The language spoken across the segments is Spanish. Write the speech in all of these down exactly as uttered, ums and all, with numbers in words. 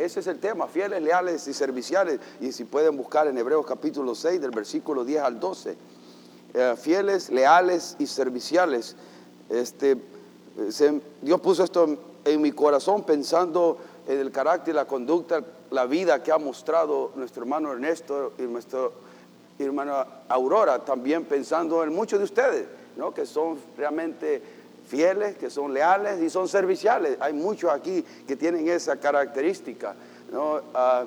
ese es el tema, fieles, leales y serviciales. Y si pueden buscar en Hebreos capítulo seis, del versículo diez al doce. Eh, fieles, leales y serviciales. Este, se, Dios puso esto en, en mi corazón pensando en el carácter y la conducta, la vida que ha mostrado nuestro hermano Ernesto y nuestra hermana Aurora, también pensando en muchos de ustedes, ¿no? Que son realmente fieles, que son leales y son serviciales. Hay muchos aquí que tienen esa característica, ¿no? Uh,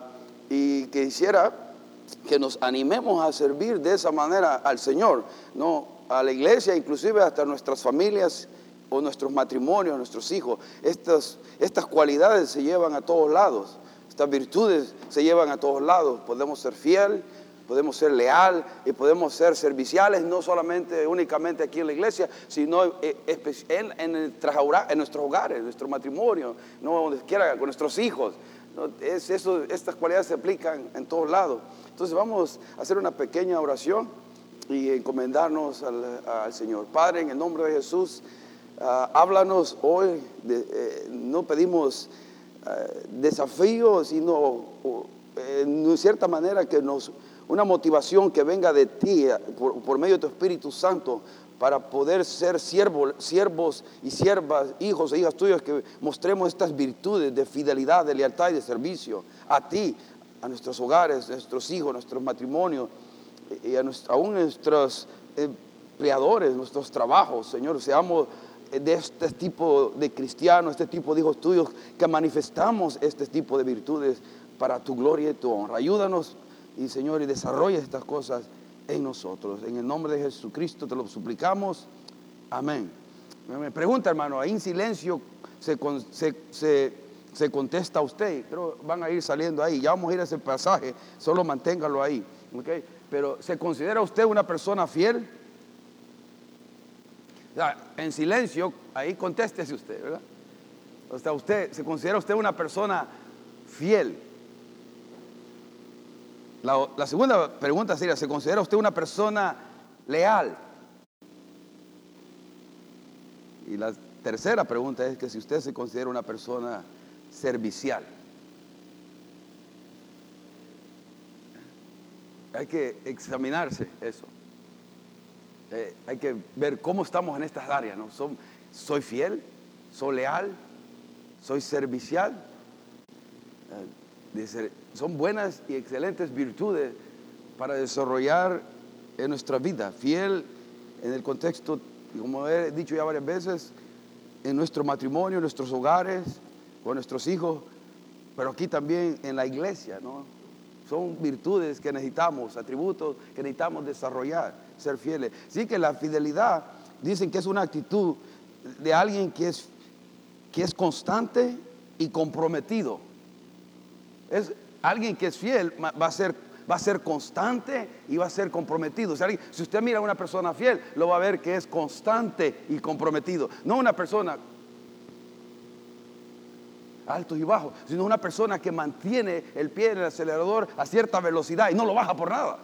y quisiera que nos animemos a servir de esa manera al Señor, ¿no? A la iglesia, inclusive hasta nuestras familias o nuestros matrimonios, nuestros hijos. Estas, estas cualidades se llevan a todos lados, estas virtudes se llevan a todos lados. Podemos ser fiel, podemos ser leal y podemos ser serviciales, no solamente únicamente aquí en la iglesia, sino en, en, nuestras, en nuestros hogares, en nuestro matrimonio, no donde quiera, con nuestros hijos. ¿No? Es eso, estas cualidades se aplican en todos lados. Entonces vamos a hacer una pequeña oración y encomendarnos al, al Señor. Padre, en el nombre de Jesús, uh, háblanos hoy. De, eh, no pedimos uh, desafíos, sino uh, en cierta manera que nos, una motivación que venga de ti por, por medio de tu Espíritu Santo, para poder ser siervos, siervos y siervas, hijos e hijas tuyas, que mostremos estas virtudes de fidelidad, de lealtad y de servicio a ti, a nuestros hogares, a nuestros hijos, a nuestros matrimonios y a nuestro, aún nuestros empleadores, nuestros trabajos. Señor, seamos de este tipo de cristianos, este tipo de hijos tuyos, que manifestamos este tipo de virtudes para tu gloria y tu honra. Ayúdanos, y Señor, y desarrolla estas cosas en nosotros. En el nombre de Jesucristo te lo suplicamos. Amén. Me pregunta, hermano, ahí en silencio se, se, se, se contesta a usted, pero van a ir saliendo ahí. Ya vamos a ir a ese pasaje, solo manténgalo ahí, ¿okay? Pero ¿se considera usted una persona fiel? O sea, en silencio, ahí contéstese usted, ¿verdad? O sea, usted, ¿se considera usted una persona fiel? La, la segunda pregunta sería, ¿se considera usted una persona leal? Y la tercera pregunta es que si usted se considera una persona servicial. Hay que examinarse eso. Eh, hay que ver cómo estamos en estas áreas, ¿no? Son, ¿Soy fiel? ¿Soy leal? ¿Soy servicial? Eh, de ser, son buenas y excelentes virtudes para desarrollar en nuestra vida. Fiel en el contexto, como he dicho ya varias veces, en nuestro matrimonio, en nuestros hogares, con nuestros hijos, pero aquí también en la iglesia, ¿no? Son virtudes que necesitamos, atributos que necesitamos desarrollar, ser fieles. Sí, que la fidelidad, dicen que es una actitud de alguien que es, que es constante y comprometido. Es alguien que es fiel, va a ser, va a ser constante y va a ser comprometido. O sea, si usted mira a una persona fiel, lo va a ver que es constante y comprometido. No una persona altos y bajos, sino una persona que mantiene el pie en el acelerador a cierta velocidad y no lo baja por nada.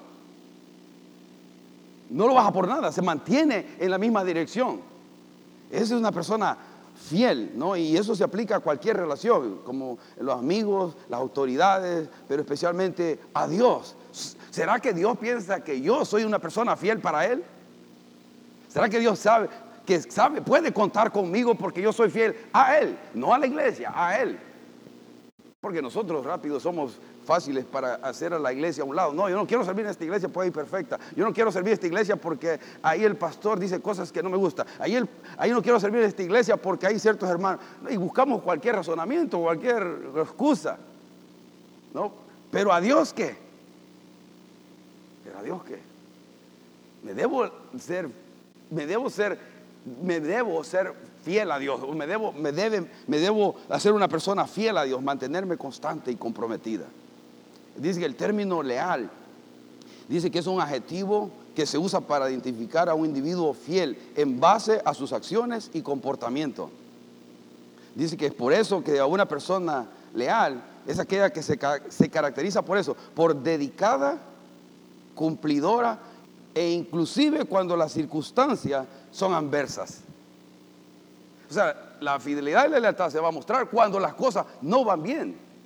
No lo baja por nada, se mantiene en la misma dirección. Esa es una persona fiel, ¿no? Y eso se aplica a cualquier relación, como los amigos, las autoridades, pero especialmente a Dios. ¿Será que Dios piensa que yo soy una persona fiel para Él? ¿Será que Dios sabe que sabe, puede contar conmigo porque yo soy fiel a Él, no a la iglesia, a Él? Porque nosotros rápido somos fáciles para hacer a la iglesia a un lado. No, yo no quiero servir en esta iglesia porque es perfecta. Yo no quiero servir en esta iglesia porque ahí el pastor dice cosas que no me gustan. Ahí, el, ahí no quiero servir en esta iglesia porque hay ciertos hermanos. Y buscamos cualquier razonamiento, cualquier excusa, ¿no? Pero ¿a Dios qué? ¿Pero a Dios qué? Me debo ser, me debo ser... Me debo ser fiel a Dios, me debo, me, debe, me debo hacer una persona fiel a Dios, mantenerme constante y comprometida. Dice que el término leal, dice que es un adjetivo que se usa para identificar a un individuo fiel en base a sus acciones y comportamiento. Dice que es por eso que a una persona leal es aquella que se, se caracteriza por eso, por dedicada, cumplidora, e inclusive cuando las circunstancias son adversas. O sea, la fidelidad y la lealtad se va a mostrar cuando las cosas no van bien.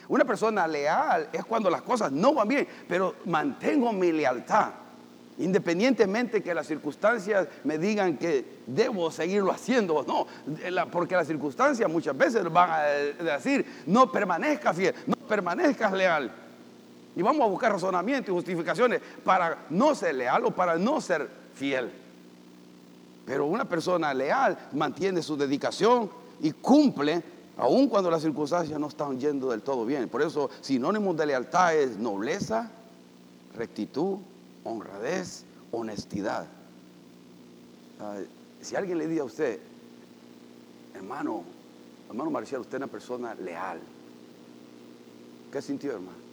Una persona leal es cuando las cosas no van bien, pero mantengo mi lealtad. Independientemente que las circunstancias me digan que debo seguirlo haciendo o no, porque las circunstancias muchas veces van a decir, no permanezcas fiel, no permanezcas leal. Y vamos a buscar razonamientos y justificaciones para no ser leal o para no ser fiel. Pero una persona leal mantiene su dedicación y cumple, aun cuando las circunstancias no están yendo del todo bien. Por eso, sinónimos de lealtad es nobleza, rectitud, honradez, honestidad. Uh, si alguien le dice a usted, hermano, hermano Marcial, usted es una persona leal, ¿qué sintió, hermano?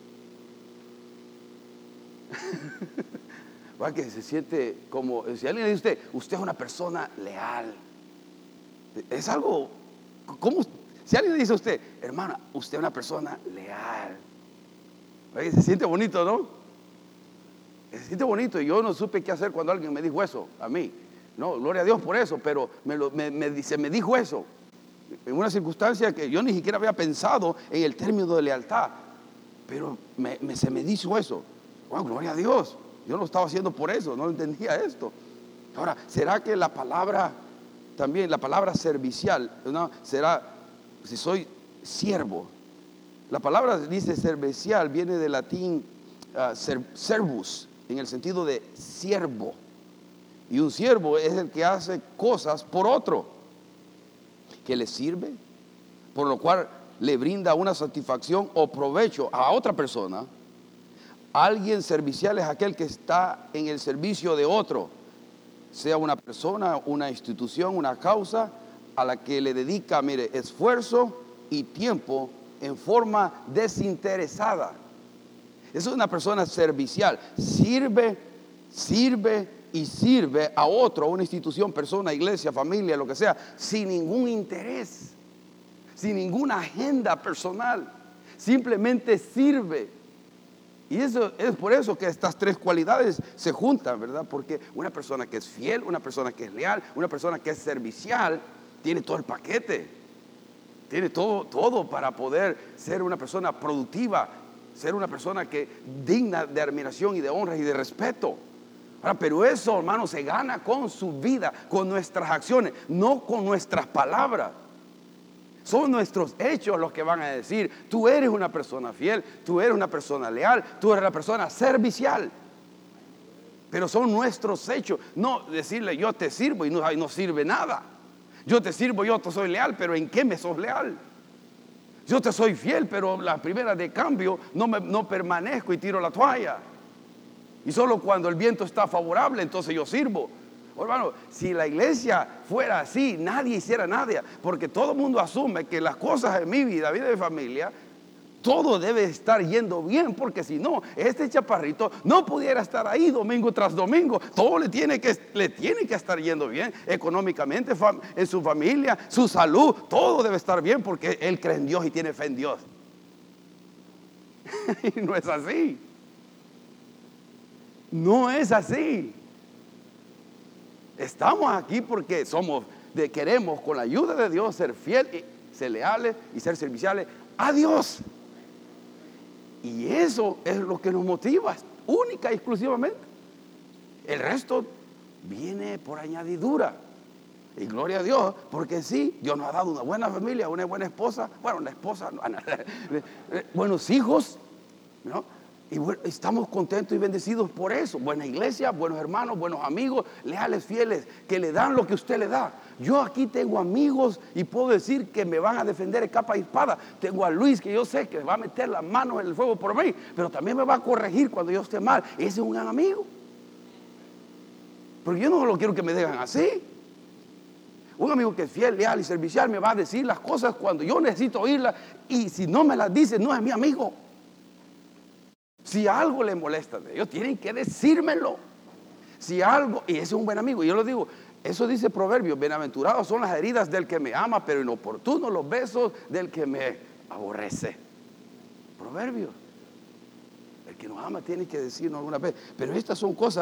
Va que se siente como, si alguien le dice a usted, usted es una persona leal, es algo, ¿cómo? Si alguien le dice a usted, hermana, usted es una persona leal, ¿va que se siente bonito, no? Se siente bonito. Y yo no supe qué hacer cuando alguien me dijo eso a mí. No, gloria a Dios por eso, pero me lo, me, me, se me dijo eso en una circunstancia que yo ni siquiera había pensado en el término de lealtad, pero me, me, se me dijo eso. Wow, gloria a Dios. Yo lo estaba haciendo por eso, no entendía esto. Ahora, ¿será que la palabra también, la palabra servicial, ¿no? Será, si soy siervo? La palabra dice servicial, viene del latín uh, servus, en el sentido de siervo. Y un siervo es el que hace cosas por otro, que le sirve, por lo cual le brinda una satisfacción o provecho a otra persona. Alguien servicial es aquel que está en el servicio de otro, sea una persona, una institución, una causa, a la que le dedica, mire, esfuerzo y tiempo en forma desinteresada. Esa es una persona servicial. Sirve, sirve y sirve a otro, a una institución, persona, iglesia, familia, lo que sea, sin ningún interés, sin ninguna agenda personal. Simplemente sirve. Y eso es por eso que estas tres cualidades se juntan, ¿verdad? Porque una persona que es fiel, una persona que es leal, una persona que es servicial, tiene todo el paquete. Tiene todo, todo para poder ser una persona productiva, ser una persona que digna de admiración y de honra y de respeto. Ahora, pero eso, hermano, se gana con su vida, con nuestras acciones, no con nuestras palabras. Son nuestros hechos los que van a decir, tú eres una persona fiel, tú eres una persona leal, tú eres una persona servicial. Pero son nuestros hechos, no decirle yo te sirvo y no, no sirve nada. Yo te sirvo, yo te soy leal, pero ¿en qué me sos leal? Yo te soy fiel, pero la primera de cambio no, me, no permanezco y tiro la toalla. Y solo cuando el viento está favorable, entonces yo sirvo. Hermano, si la iglesia fuera así, nadie hiciera nada, porque todo el mundo asume que las cosas en mi vida, vida de familia, todo debe estar yendo bien, porque si no, este chaparrito no pudiera estar ahí domingo tras domingo. Todo le tiene que, le tiene que estar yendo bien, económicamente, en su familia, su salud, todo debe estar bien, porque él cree en Dios y tiene fe en Dios. Y no es así. No es así. Estamos aquí porque somos, de, queremos con la ayuda de Dios ser fieles, ser leales y ser serviciales a Dios. Y eso es lo que nos motiva, única y exclusivamente. El resto viene por añadidura. Y gloria a Dios, porque sí, Dios nos ha dado una buena familia, una buena esposa, bueno, una esposa, buenos hijos, ¿no? Y bueno, estamos contentos y bendecidos por eso. Buena iglesia, buenos hermanos, buenos amigos, leales, fieles, que le dan lo que usted le da. Yo aquí tengo amigos y puedo decir que me van a defender de capa y espada. Tengo a Luis, que yo sé que va a meter las manos en el fuego por mí, pero también me va a corregir cuando yo esté mal. Ese es un gran amigo. Porque yo no lo quiero que me dejen así. Un amigo que es fiel, leal y servicial me va a decir las cosas cuando yo necesito oírlas, y si no me las dice, no es mi amigo. Si algo le molesta de ellos, tienen que decírmelo. Si algo, y ese es un buen amigo, y yo lo digo, eso dice Proverbios, bienaventurados son las heridas del que me ama, pero inoportunos los besos del que me aborrece. Proverbios. El que nos ama tiene que decirnos alguna vez. Pero estas son cosas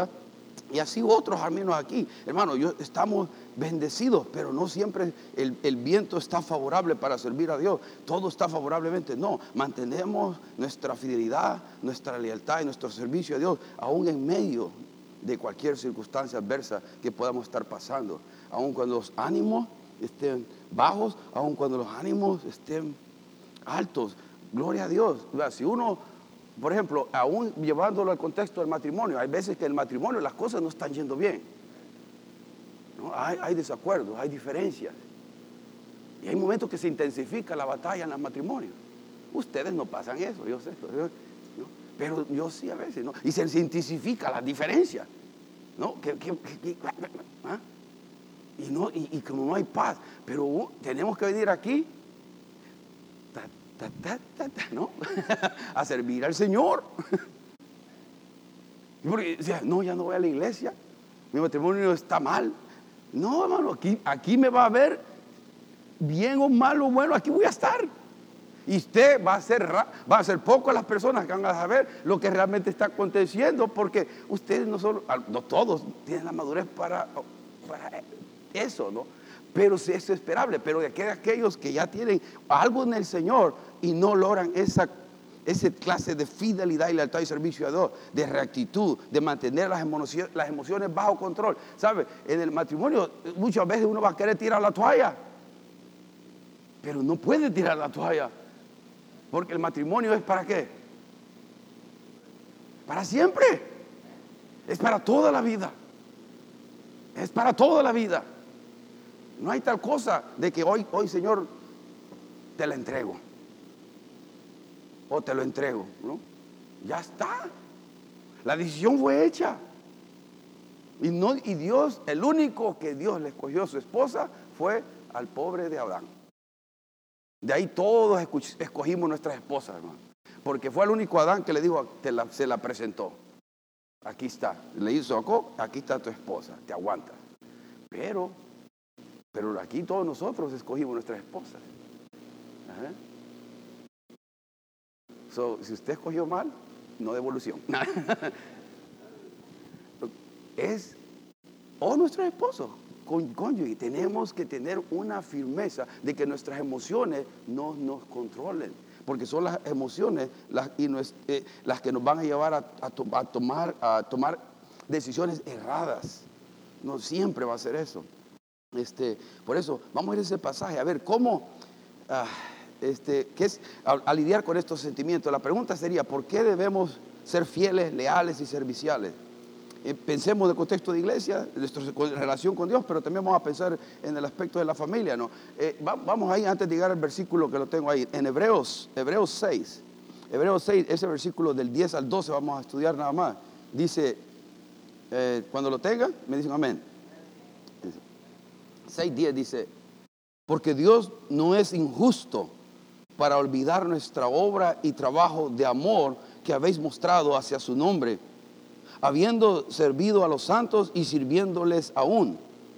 Y así otros al menos aquí, hermano, yo, estamos bendecidos, pero no siempre el, el viento está favorable para servir a Dios. Todo está favorablemente. No, mantenemos nuestra fidelidad, nuestra lealtad y nuestro servicio a Dios, aún en medio de cualquier circunstancia adversa que podamos estar pasando. Aún cuando los ánimos estén bajos, aún cuando los ánimos estén altos. Gloria a Dios. Si uno... Por ejemplo, aún llevándolo al contexto del matrimonio, hay veces que en el matrimonio las cosas no están yendo bien, ¿no? Hay, hay desacuerdos, hay diferencias. Y hay momentos que se intensifica la batalla en el matrimonio. Ustedes no pasan eso, yo sé, ¿no? Pero yo sí a veces, ¿no? Y se intensifica la diferencia, ¿no? Que, que, que, ¿ah? Y, no y, y como no hay paz, pero uh, tenemos que venir aquí, Ta, ta, ta, ta, ¿no? a servir al Señor. Porque, o sea, no, ya no voy a la iglesia, mi matrimonio está mal. No, hermano, aquí, aquí me va a ver bien o mal o bueno, aquí voy a estar. Y usted va a ser, va a ser pocas las personas que van a saber lo que realmente está aconteciendo, porque ustedes no solo, no todos tienen la madurez para, para eso, ¿no? Pero sí es esperable. Pero de aquellos que ya tienen algo en el Señor y no logran esa, esa clase de fidelidad y lealtad y servicio a Dios, de reactitud, de mantener las emociones, las emociones bajo control. ¿Sabe? En el matrimonio muchas veces uno va a querer tirar la toalla, pero no puede tirar la toalla, porque el matrimonio es ¿para qué? Para siempre. Es para toda la vida. Es para toda la vida. No hay tal cosa de que hoy, hoy Señor, te la entrego. O te lo entrego, ¿no? Ya está. La decisión fue hecha. Y, no, y Dios, el único que Dios le escogió a su esposa fue al pobre de Adán. De ahí todos escogimos nuestras esposas, hermano. Porque fue el único Adán que le dijo, te la, se la presentó. Aquí está. Le hizo acá, aquí está tu esposa, te aguantas. Pero... Pero aquí todos nosotros escogimos nuestras esposas. Ajá. So, si usted escogió mal, no devolución. Es o nuestro esposo, cónyuge. Tenemos que tener una firmeza de que nuestras emociones no nos controlen, porque son las emociones las, y nues, eh, las que nos van a llevar a, a, to, a, tomar, a tomar decisiones erradas. No siempre va a ser eso. Este, por eso, vamos a ir a ese pasaje, a ver cómo, ah, este, qué es, a, a lidiar con estos sentimientos. La pregunta sería, ¿por qué debemos ser fieles, leales y serviciales? Eh, pensemos del contexto de iglesia, de nuestra relación con Dios, pero también vamos a pensar en el aspecto de la familia, ¿no? Eh, va, vamos ahí, antes de llegar al versículo que lo tengo ahí, en Hebreos, Hebreos seis, Hebreos seis, ese versículo del diez al doce vamos a estudiar nada más. Dice, eh, cuando lo tengan, me dicen amén. seis diez dice, porque Dios no es injusto para olvidar nuestra obra y trabajo de amor que habéis mostrado hacia su nombre, habiendo servido a los santos y sirviéndoles aún.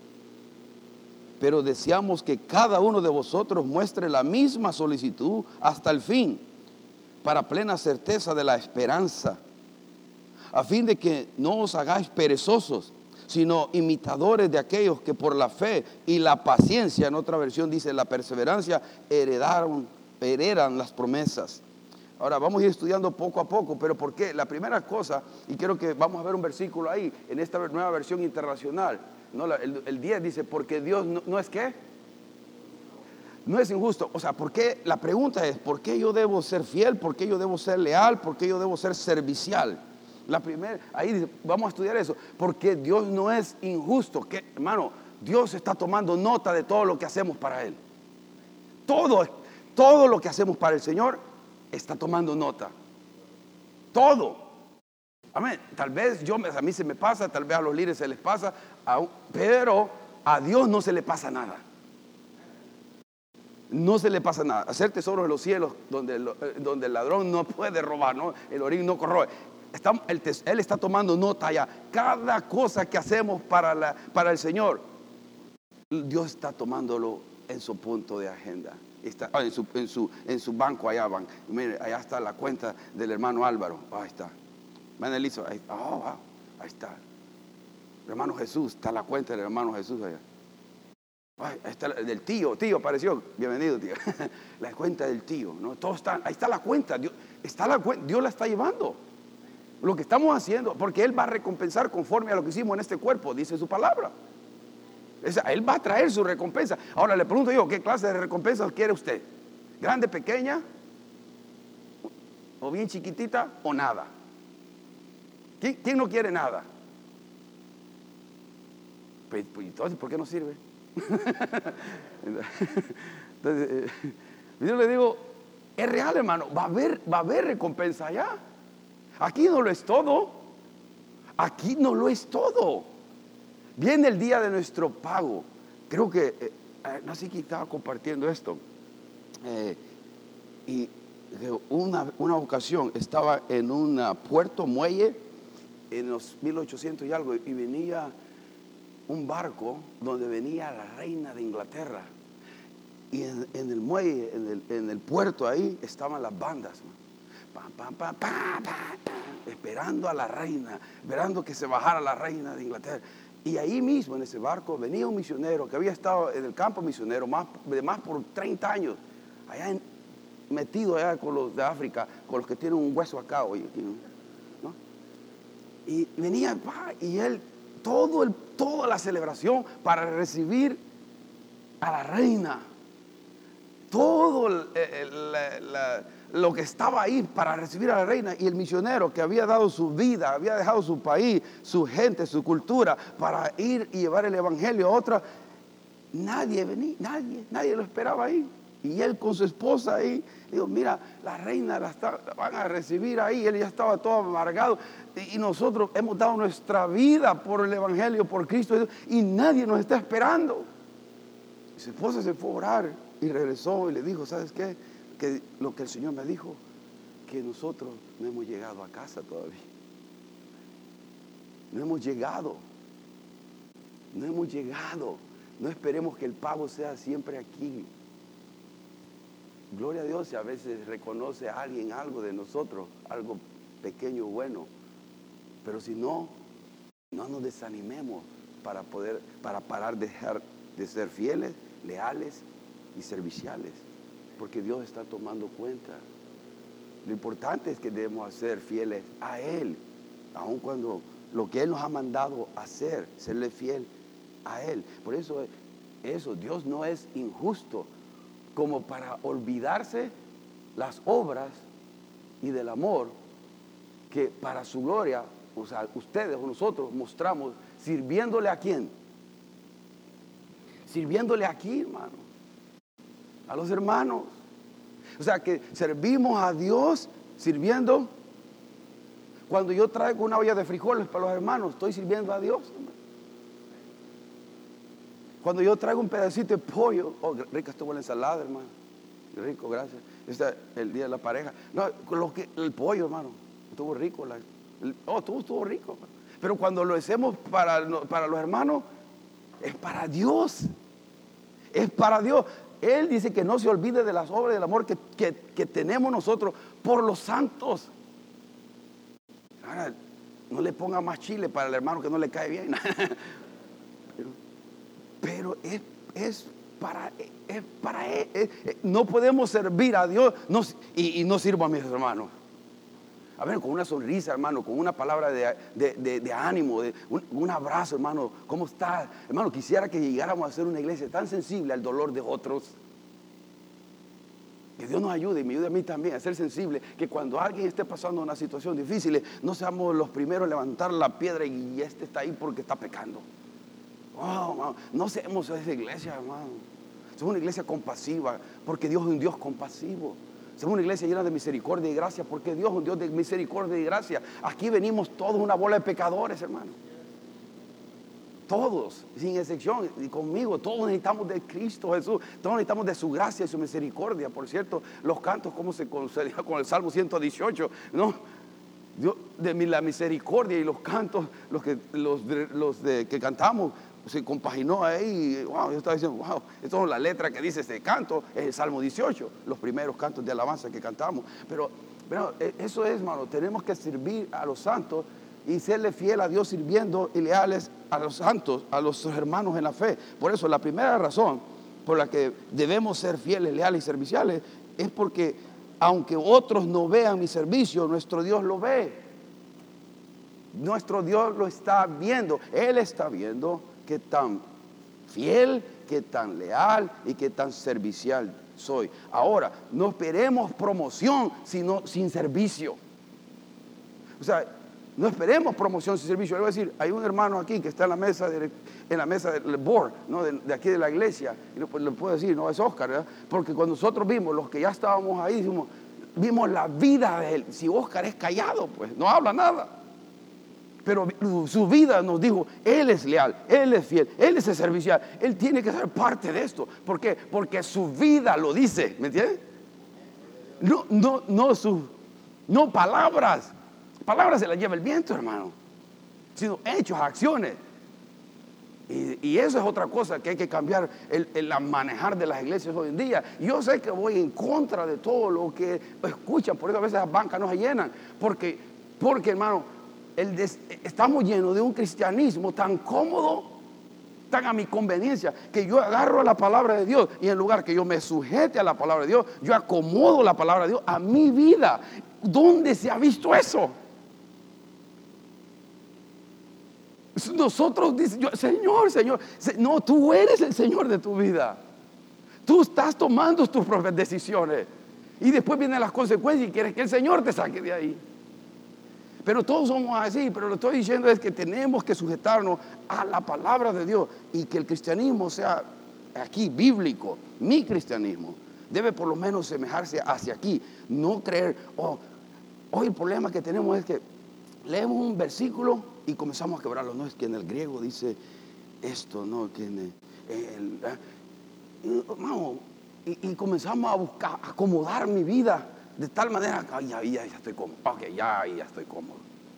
Pero deseamos que cada uno de vosotros muestre la misma solicitud hasta el fin, para plena certeza de la esperanza, a fin de que no os hagáis perezosos, sino imitadores de aquellos que por la fe y la paciencia, en otra versión dice la perseverancia, heredaron, heredan las promesas. Ahora vamos a ir estudiando poco a poco, pero ¿por qué? La primera cosa, y quiero que vamos a ver un versículo ahí, en esta nueva versión internacional, ¿no? el, el diez dice, porque Dios no, no es ¿qué? No es injusto. O sea, ¿por qué? La pregunta es, ¿por qué yo debo ser fiel? ¿Por qué yo debo ser leal? ¿Por qué yo debo ser servicial? La primera, ahí dice, vamos a estudiar eso, porque Dios no es injusto. Que, hermano, Dios está tomando nota de todo lo que hacemos para Él. Todo, todo lo que hacemos para el Señor está tomando nota. Todo. Amén. Tal vez yo, a mí se me pasa, tal vez a los líderes se les pasa, pero a Dios no se le pasa nada. No se le pasa nada. Hacer tesoros en los cielos donde, donde el ladrón no puede robar, ¿no? El orín no corroe. Está, él, él está tomando nota ya. Cada cosa que hacemos para, la, para el Señor, Dios está tomándolo en su punto de agenda. Está, en, su, en, su, en su banco allá van. Mire, allá está la cuenta del hermano Álvaro. Ahí está. Hermana Elisa, ahí, oh, wow, ahí está. Hermano Jesús, está la cuenta del hermano Jesús allá. Ay, ahí está el del tío, tío apareció, bienvenido tío. La cuenta del tío, ¿no? Todo está, ahí está la cuenta, Dios, está la cuenta, Dios la está llevando. Lo que estamos haciendo, porque Él va a recompensar conforme a lo que hicimos en este cuerpo, dice su palabra. Esa, Él va a traer su recompensa. Ahora le pregunto yo, ¿qué clase de recompensa quiere usted? ¿Grande, pequeña? ¿O bien chiquitita? ¿O nada? ¿Quién, quién no quiere nada? Pues, pues, entonces, ¿por qué no sirve? Entonces, eh, yo le digo, es real, hermano, va a haber, va a haber recompensa allá. Aquí no lo es todo. Aquí no lo es todo. Viene el día de nuestro pago. Creo que, eh, no sé quién estaba compartiendo esto. Eh, y una, una ocasión estaba en un puerto muelle en los mil ochocientos y algo, y venía un barco donde venía la reina de Inglaterra. Y en, en el muelle, en el, en el puerto ahí, estaban las bandas, pam, pam, pam, pam, pam, esperando a la reina, esperando que se bajara la reina de Inglaterra. Y ahí mismo, en ese barco, venía un misionero que había estado en el campo misionero más, de más por treinta años, allá en, metido allá con los de África, con los que tienen un hueso acá, oye, ¿no? Y venía, y él, todo el, toda la celebración para recibir a la reina, todo el, el, el, el, lo que estaba ahí para recibir a la reina, y el misionero que había dado su vida, había dejado su país, su gente, su cultura, para ir y llevar el evangelio a otra. Nadie venía, nadie, nadie lo esperaba ahí. Y él con su esposa ahí, digo, mira, la reina la, está, la van a recibir ahí. Él ya estaba todo amargado. Y, y nosotros hemos dado nuestra vida por el evangelio, por Cristo, y nadie nos está esperando. Y su esposa se fue a orar y regresó y le dijo, ¿sabes qué? Que lo que el Señor me dijo, que nosotros no hemos llegado a casa todavía. No hemos llegado. No hemos llegado. No esperemos que el pago sea siempre aquí. Gloria a Dios si a veces reconoce a alguien algo de nosotros, algo pequeño o bueno. Pero si no, no nos desanimemos para poder, para parar de dejar de ser fieles, leales y serviciales. Porque Dios está tomando cuenta. Lo importante es que debemos ser fieles a Él, aun cuando lo que Él nos ha mandado hacer, serle fiel a Él. Por eso, eso, Dios no es injusto como para olvidarse las obras y del amor que para su gloria, o sea, ustedes o nosotros mostramos sirviéndole a quién. Sirviéndole aquí, hermano, a los hermanos. O sea, que servimos a Dios sirviendo. Cuando yo traigo una olla de frijoles para los hermanos, estoy sirviendo a Dios, hermano. Cuando yo traigo un pedacito de pollo, oh, rica estuvo la ensalada, hermano. Rico, gracias. Este es el día de la pareja. No, lo que, el pollo, hermano, estuvo rico. La, el, oh, estuvo, estuvo rico. Hermano. Pero cuando lo hacemos para, para los hermanos, es para Dios. Es para Dios. Él dice que no se olvide de las obras del amor que, que, que tenemos nosotros por los santos. Ahora, no le ponga más chile para el hermano que no le cae bien. pero pero es, es para, es para él. Es, es, no podemos servir a Dios no, y, y no sirvo a mis hermanos. A ver, con una sonrisa, hermano, con una palabra de, de, de, de ánimo, de un, un abrazo, hermano. ¿Cómo estás? Hermano, quisiera que llegáramos a ser una iglesia tan sensible al dolor de otros. Que Dios nos ayude y me ayude a mí también a ser sensible. Que cuando alguien esté pasando una situación difícil, no seamos los primeros a levantar la piedra y este está ahí porque está pecando. Oh, hermano, no seamos esa iglesia, hermano. Somos una iglesia compasiva porque Dios es un Dios compasivo. Somos una iglesia llena de misericordia y gracia porque Dios es un Dios de misericordia y gracia. Aquí venimos todos una bola de pecadores, hermano. Todos, sin excepción, y conmigo, todos necesitamos de Cristo Jesús, todos necesitamos de su gracia y su misericordia. Por cierto, los cantos, ¿cómo se concedía con el Salmo ciento dieciocho? ¿No? Dios, de la misericordia y los cantos, los que, los, los de, que cantamos, se compaginó ahí. Wow, yo estaba diciendo, wow, esto es la letra que dice este canto, es el Salmo dieciocho, los primeros cantos de alabanza que cantamos. Pero, pero eso es, hermano, tenemos que servir a los santos y serle fiel a Dios sirviendo y leales a los santos, a los hermanos en la fe. Por eso la primera razón por la que debemos ser fieles, leales y serviciales es porque aunque otros no vean mi servicio, nuestro Dios lo ve. Nuestro Dios lo está viendo. Él está viendo qué tan fiel, qué tan leal y qué tan servicial soy. Ahora, no esperemos promoción sino sin servicio. O sea, no esperemos promoción sin servicio. Le voy a decir, hay un hermano aquí que está en la mesa de, en la mesa del board, ¿no? de, de aquí de la iglesia, y le, le puedo decir, no es Oscar, ¿verdad? Porque cuando nosotros vimos, los que ya estábamos ahí, dijimos, vimos la vida de él. Si Oscar es callado, pues no habla nada, pero su vida nos dijo, él es leal, él es fiel, él es servicial, él tiene que ser parte de esto. ¿Por qué? Porque su vida lo dice, ¿me entiendes? No, no, no, sus, no palabras. Palabras se las lleva el viento, hermano, sino hechos, acciones. Y, y eso es otra cosa que hay que cambiar, el, el manejar de las iglesias hoy en día. Yo sé que voy en contra de todo lo que escuchan, por eso a veces las bancas no se llenan, porque, porque hermano, el des, estamos llenos de un cristianismo tan cómodo, tan a mi conveniencia, que yo agarro a la palabra de Dios y en lugar que yo me sujete a la palabra de Dios, yo acomodo la palabra de Dios a mi vida. ¿Dónde se ha visto eso? Nosotros dicen, yo, Señor, Señor, no, tú eres el Señor de tu vida. Tú estás tomando tus propias decisiones y después vienen las consecuencias y quieres que el Señor te saque de ahí. Pero todos somos así, pero lo que estoy diciendo es que tenemos que sujetarnos a la palabra de Dios y que el cristianismo sea aquí bíblico. Mi cristianismo debe por lo menos semejarse hacia aquí, no creer, oh, hoy el problema que tenemos es que leemos un versículo y comenzamos a quebrarlo. No, es que en el griego dice esto, no, que en el, el, el, no, y, y comenzamos a buscar, a acomodar mi vida de tal manera que ya, ya, ya estoy cómodo. Ok, ya, ya estoy cómodo.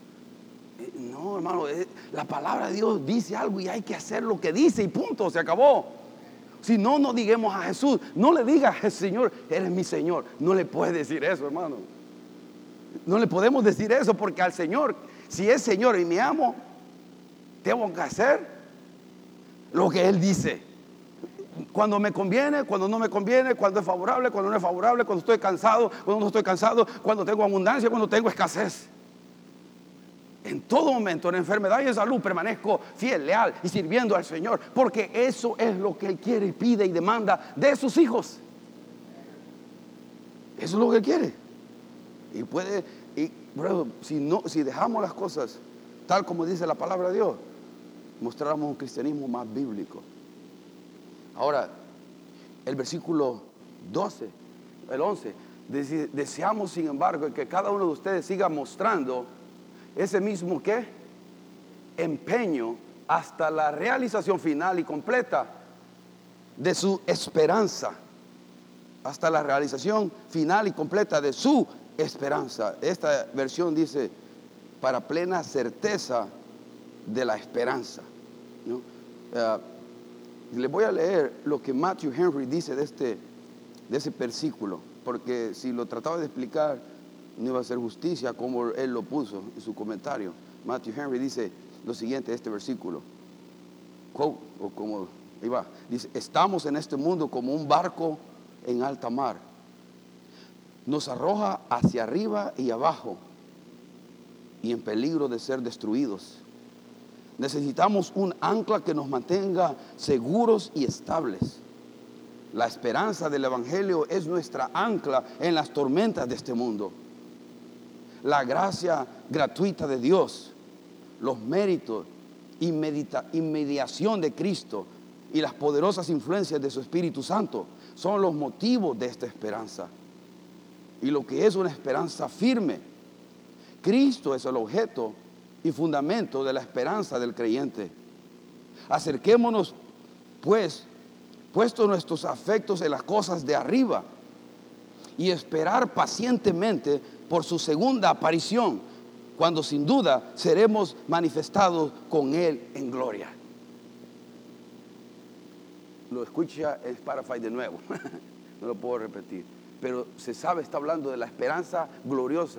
No, hermano, es, la palabra de Dios dice algo y hay que hacer lo que dice y punto, se acabó. Si no, no digamos a Jesús, no le digas al Señor, eres mi Señor. No le puedes decir eso, hermano. No le podemos decir eso porque al Señor, si es Señor y me amo, tengo que hacer lo que Él dice. Cuando me conviene, cuando no me conviene, cuando es favorable, cuando no es favorable, cuando estoy cansado, cuando no estoy cansado, cuando tengo abundancia, cuando tengo escasez. En todo momento, en enfermedad y en salud, permanezco fiel, leal y sirviendo al Señor, porque eso es lo que Él quiere y pide y demanda de sus hijos. Eso es lo que Él quiere. Y puede, y, bro, si, no, si dejamos las cosas tal como dice la palabra de Dios, mostramos un cristianismo más bíblico. Ahora, el versículo doce, el once, dice, deseamos sin embargo que cada uno de ustedes siga mostrando ese mismo ¿qué? Empeño hasta la realización final y completa de su esperanza, hasta la realización final y completa de su esperanza. Esta versión dice para plena certeza de la esperanza, ¿no? Uh, les voy a leer lo que Matthew Henry dice de este de ese versículo, porque si lo trataba de explicar no iba a ser justicia como él lo puso en su comentario. Matthew Henry dice lo siguiente de este versículo, quote, o como iba, dice: estamos en este mundo como un barco en alta mar, nos arroja hacia arriba y abajo y en peligro de ser destruidos. Necesitamos un ancla que nos mantenga seguros y estables. La esperanza del Evangelio es nuestra ancla en las tormentas de este mundo. La gracia gratuita de Dios, los méritos y mediación de Cristo y las poderosas influencias de su Espíritu Santo son los motivos de esta esperanza. Y lo que es una esperanza firme, Cristo es el objeto y fundamento de la esperanza del creyente. Acerquémonos, pues, puestos nuestros afectos en las cosas de arriba y esperar pacientemente por su segunda aparición, cuando sin duda seremos manifestados con Él en gloria. Lo escucha el Spotify de nuevo, no lo puedo repetir, pero se sabe, está hablando de la esperanza gloriosa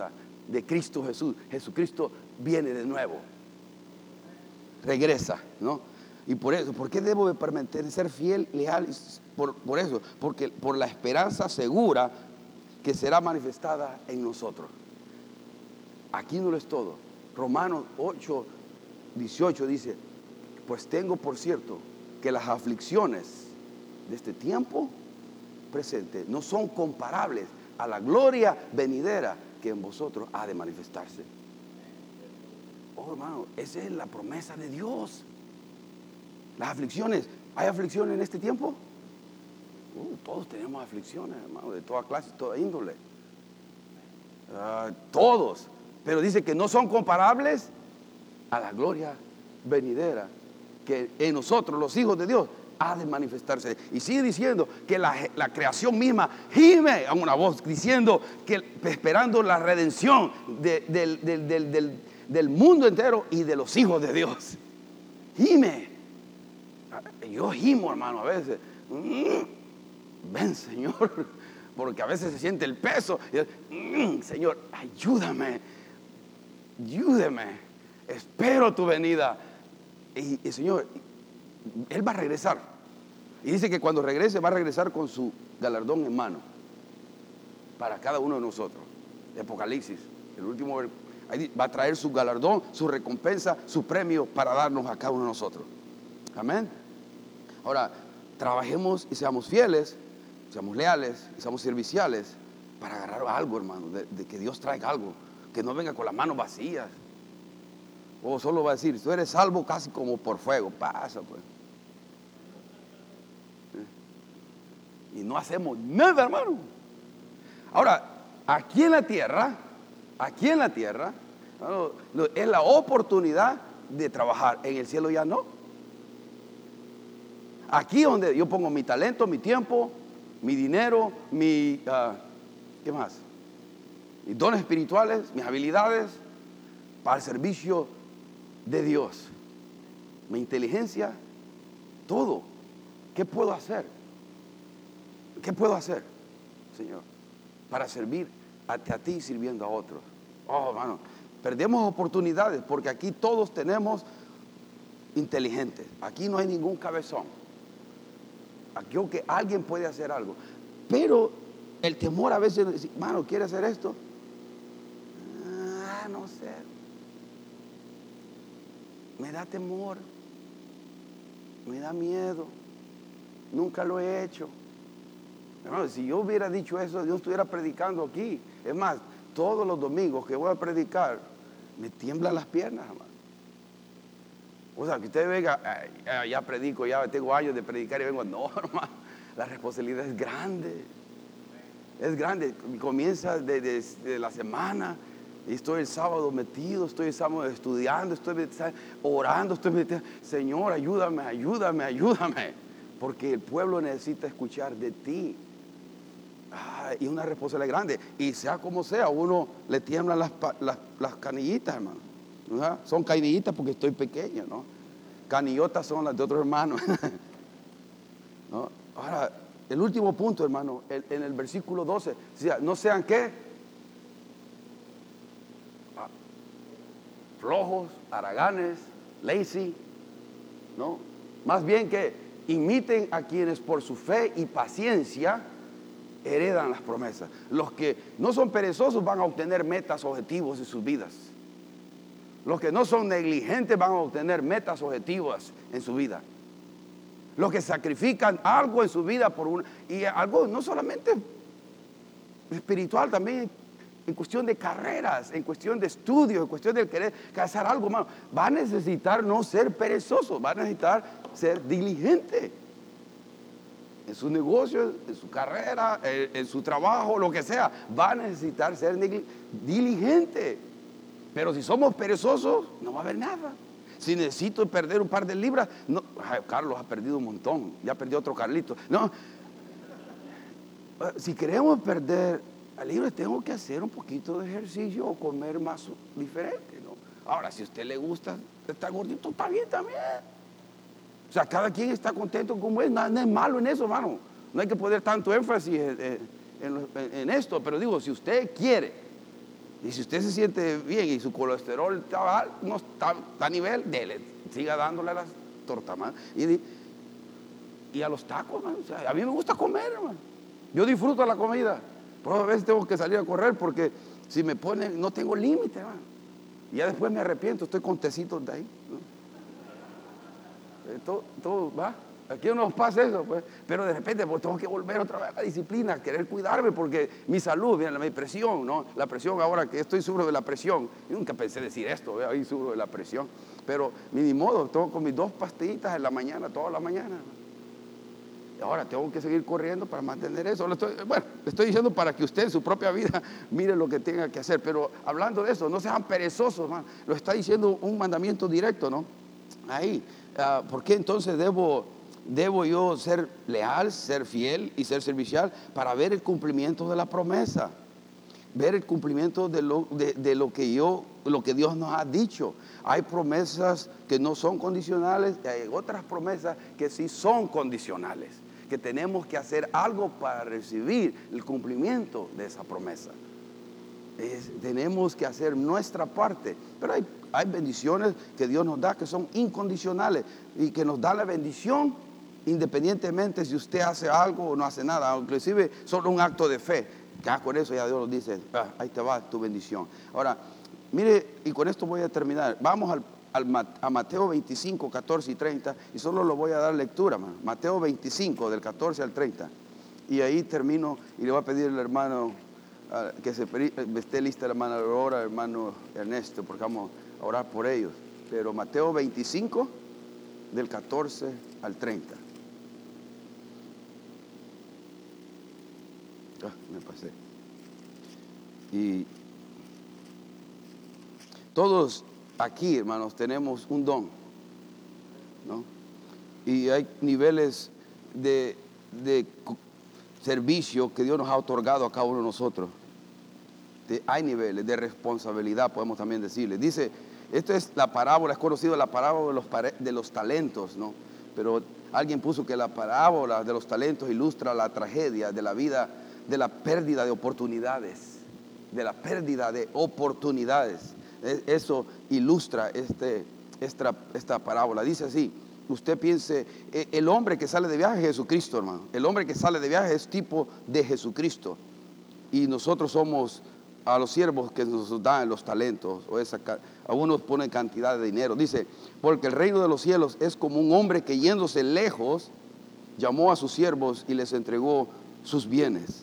de Cristo Jesús. Jesucristo viene de nuevo, regresa, ¿no? Y por eso, ¿por qué debo de permanecer ser fiel, leal? Por, por eso, porque por la esperanza segura que será manifestada en nosotros. Aquí no lo es todo. Romanos ocho, dieciocho dice: pues tengo por cierto que las aflicciones de este tiempo presente no son comparables a la gloria venidera que en vosotros ha de manifestarse. Oh, hermano, esa es la promesa de Dios. Las aflicciones, ¿hay aflicciones en este tiempo? Uh, todos tenemos aflicciones, hermano, de toda clase, toda índole. Uh, todos. Pero dice que no son comparables a la gloria venidera que en nosotros, los hijos de Dios, ha de manifestarse. Y sigue diciendo que la, la creación misma gime a una voz diciendo que esperando la redención de, del, del, del, del, del mundo entero y de los hijos de Dios. Gime. Yo gimo, hermano, a veces. Ven, Señor, porque a veces se siente el peso. Y, Señor, ayúdame, ayúdame. Espero tu venida. Y, y Señor, Él va a regresar. Y dice que cuando regrese va a regresar con su galardón en mano para cada uno de nosotros. Apocalipsis, el último, ahí va a traer su galardón, su recompensa, su premio para darnos a cada uno de nosotros. Amén. Ahora, trabajemos y seamos fieles, seamos leales, y seamos serviciales para agarrar algo, hermano, de, de que Dios traiga algo, que no venga con las manos vacías. O solo va a decir: tú eres salvo casi como por fuego. Pasa, pues. Y no hacemos nada, hermano. Ahora, aquí en la tierra, aquí en la tierra, hermano, es la oportunidad de trabajar. En el cielo ya no. Aquí donde yo pongo mi talento, mi tiempo, mi dinero, mi, uh, ¿qué más? Mis dones espirituales, mis habilidades para el servicio de Dios, mi inteligencia, todo. ¿Qué puedo hacer? ¿Qué puedo hacer, Señor, para servir a, a ti sirviendo a otros? Oh, hermano, perdemos oportunidades porque aquí todos tenemos inteligentes. Aquí no hay ningún cabezón. Aquí que alguien puede hacer algo. Pero el temor a veces dice: hermano, ¿quiere hacer esto? Ah, no sé. Me da temor, me da miedo, nunca lo he hecho. Hermano, si yo hubiera dicho eso, yo estuviera predicando aquí. Es más, todos los domingos que voy a predicar, me tiemblan las piernas, hermano. O sea, que usted venga, eh, ya predico, ya tengo años de predicar y vengo, no, hermano, la responsabilidad es grande, es grande. Comienza desde de, de la semana. Y estoy el sábado metido, estoy el sábado estudiando, estoy orando, estoy metido. Señor, ayúdame, ayúdame, ayúdame. Porque el pueblo necesita escuchar de ti. Ah, y una responsabilidad grande. Y sea como sea, uno le tiemblan las, las, las canillitas, hermano. ¿No? Son canillitas porque estoy pequeño, ¿no? Canillotas son las de otros hermanos. ¿No? Ahora, el último punto, hermano, el, en el versículo doce, decía: no sean ¿qué? Flojos, haraganes, lazy, ¿no? Más bien que imiten a quienes por su fe y paciencia heredan las promesas. Los que no son perezosos van a obtener metas, objetivos en sus vidas. Los que no son negligentes van a obtener metas, objetivos en su vida. Los que sacrifican algo en su vida por una, y algo no solamente espiritual, también en cuestión de carreras, en cuestión de estudios, en cuestión de querer hacer algo, hermano, va a necesitar no ser perezoso, va a necesitar ser diligente en sus negocios, en su carrera, en, en su trabajo, lo que sea. Va a necesitar ser diligente. Pero si somos perezosos, no va a haber nada. Si necesito perder un par de libras, no. Ay, Carlos ha perdido un montón, ya perdió otro Carlito. No, si queremos perder al libro, tengo que hacer un poquito de ejercicio o comer más diferente, ¿no? Ahora, si a usted le gusta estar gordito, está bien también. O sea, cada quien está contento como es, nada, nada es malo en eso, hermano. No hay que poner tanto énfasis en, en, en, en esto, pero digo, si usted quiere Y si usted se siente bien y su colesterol está, al- no está, está a nivel, dele, siga dándole a las tortas, man. Y, di- y a los tacos, man. O sea, a mí me gusta comer, man. Yo disfruto la comida. Pero a veces tengo que salir a correr porque si me ponen, no tengo límite, man. Y ya después me arrepiento, estoy con tecitos de ahí, ¿no? Eh, todo, todo va. Aquí no nos pasa eso, pues. Pero de repente pues, tengo que volver otra vez a la disciplina, a querer cuidarme porque mi salud, mira, mi presión, ¿no? La presión ahora que estoy seguro de la presión. Yo nunca pensé decir esto, ¿eh? Ahí seguro de la presión. Pero ni modo, tengo con mis dos pastillitas en la mañana, toda la mañana. Y ahora tengo que seguir corriendo para mantener eso. Lo estoy, bueno, le estoy diciendo para que usted en su propia vida mire lo que tenga que hacer. Pero hablando de eso, no sean perezosos, man. Lo está diciendo un mandamiento directo, ¿no? Ahí. Uh, ¿Por qué entonces debo, debo yo ser leal, ser fiel y ser servicial? Para ver el cumplimiento de la promesa. Ver el cumplimiento de lo, de, de lo que yo, lo que Dios nos ha dicho. Hay promesas que no son condicionales y hay otras promesas que sí son condicionales, que tenemos que hacer algo para recibir el cumplimiento de esa promesa. Es, tenemos que hacer nuestra parte, pero hay, hay bendiciones que Dios nos da que son incondicionales y que nos da la bendición independientemente si usted hace algo o no hace nada, inclusive solo un acto de fe. Ya con eso ya Dios nos dice, ah, ahí te va tu bendición. Ahora, mire, y con esto voy a terminar. Vamos al, al, a Mateo veinticinco, catorce y treinta, y solo lo voy a dar lectura, man. Mateo veinticinco, del catorce al treinta. Y ahí termino, y le voy a pedir al hermano uh, que se esté lista la hermana Aurora, el hermano Ernesto, porque vamos a orar por ellos. Pero Mateo veinticinco, del catorce al treinta. Ah, me pasé. Y todos aquí, hermanos, tenemos un don, ¿no? Y hay niveles de, de servicio que Dios nos ha otorgado a cada uno de nosotros. De, hay niveles de responsabilidad, podemos también decirle. Dice, esto es la parábola, es conocido la parábola de los, de los talentos, ¿no? Pero alguien puso que la parábola de los talentos ilustra la tragedia de la vida, de la pérdida de oportunidades, de la pérdida de oportunidades. Eso ilustra este, esta, esta parábola. Dice así, usted piense, el hombre que sale de viaje es Jesucristo, hermano. El hombre que sale de viaje es tipo de Jesucristo. Y nosotros somos a los siervos que nos dan los talentos, o esa, algunos ponen cantidad de dinero. Dice, porque el reino de los cielos es como un hombre que yéndose lejos, llamó a sus siervos y les entregó sus bienes.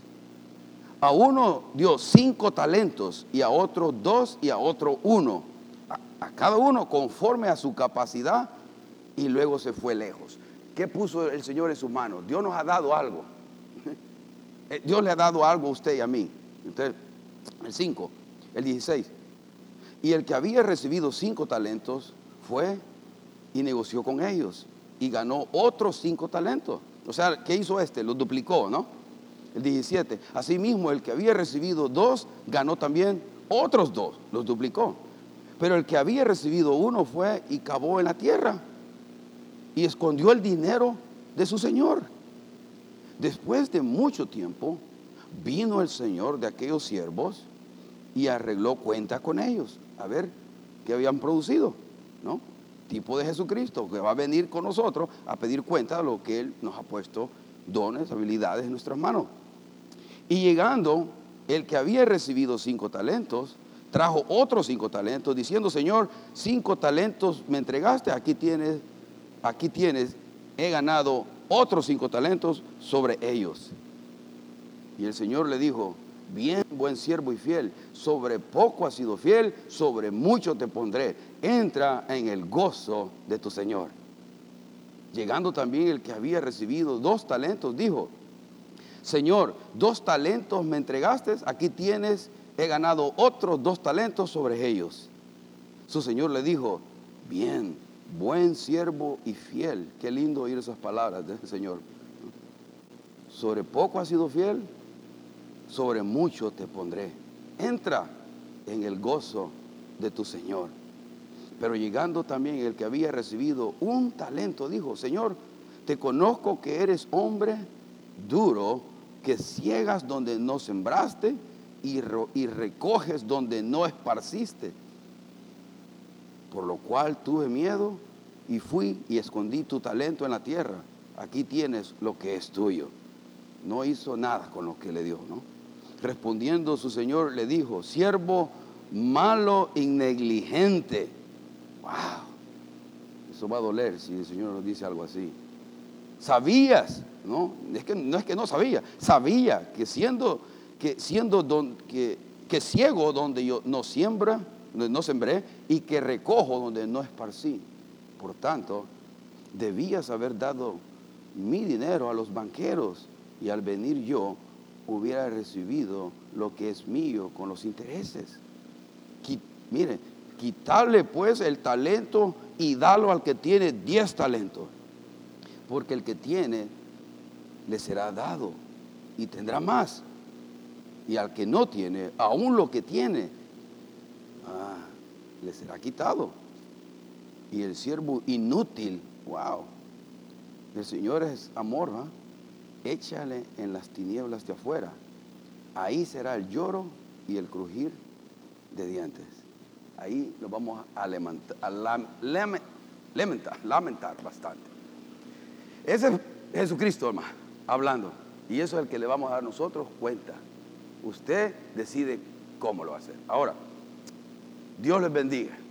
A uno dio cinco talentos, y a otro dos, y a otro uno. A, a cada uno conforme a su capacidad, y luego se fue lejos. ¿Qué puso el Señor en sus manos? Dios nos ha dado algo. Dios le ha dado algo a usted y a mí. Usted, el cinco, el dieciséis. Y el que había recibido cinco talentos fue y negoció con ellos y ganó otros cinco talentos. O sea, ¿qué hizo este? Los duplicó, ¿no? El diecisiete. Asimismo, el que había recibido dos ganó también otros dos, los duplicó. Pero el que había recibido uno fue y cavó en la tierra y escondió el dinero de su señor. Después de mucho tiempo, vino el señor de aquellos siervos y arregló cuenta con ellos. A ver qué habían producido, ¿no? Tipo de Jesucristo, que va a venir con nosotros a pedir cuenta de lo que Él nos ha puesto, dones, habilidades en nuestras manos. Y llegando, el que había recibido cinco talentos, trajo otros cinco talentos, diciendo, Señor, cinco talentos me entregaste, aquí tienes, aquí tienes, he ganado otros cinco talentos sobre ellos. Y el Señor le dijo, bien, buen siervo y fiel, sobre poco has sido fiel, sobre mucho te pondré, entra en el gozo de tu Señor. Llegando también el que había recibido dos talentos, dijo, Señor, dos talentos me entregaste, aquí tienes, he ganado otros dos talentos sobre ellos. Su Señor le dijo, bien, buen siervo y fiel. Qué lindo oír esas palabras del Señor. Sobre poco has sido fiel, sobre mucho te pondré. Entra en el gozo de tu Señor. Pero llegando también el que había recibido un talento, dijo, Señor, te conozco que eres hombre duro, que ciegas donde no sembraste y, ro- y recoges donde no esparciste. Por lo cual tuve miedo y fui y escondí tu talento en la tierra. Aquí tienes lo que es tuyo. No hizo nada con lo que le dio, ¿no? Respondiendo su señor le dijo, siervo malo y negligente. Wow, eso va a doler si el Señor nos dice algo así. Sabías, ¿no? Es que no es que no sabía, sabía que siendo que siendo don, que, que ciego donde yo no siembra, no, no sembré, y que recojo donde no esparcí. Por tanto, debías haber dado mi dinero a los banqueros, y al venir yo hubiera recibido lo que es mío con los intereses. Qui- mire, quitarle pues el talento y dalo al que tiene diez talentos, porque el que tiene le será dado y tendrá más, y al que no tiene, aún lo que tiene, ah, le será quitado. Y el siervo inútil, wow, el Señor es amor, ¿ah? Échale en las tinieblas de afuera, ahí será el lloro y el crujir de dientes. Ahí lo vamos a lamentar, a lam- lame- lamentar, lamentar bastante. Ese es Jesucristo, hermano, hablando. Y eso es el que le vamos a dar nosotros cuenta. Usted decide cómo lo va a hacer. Ahora, Dios les bendiga.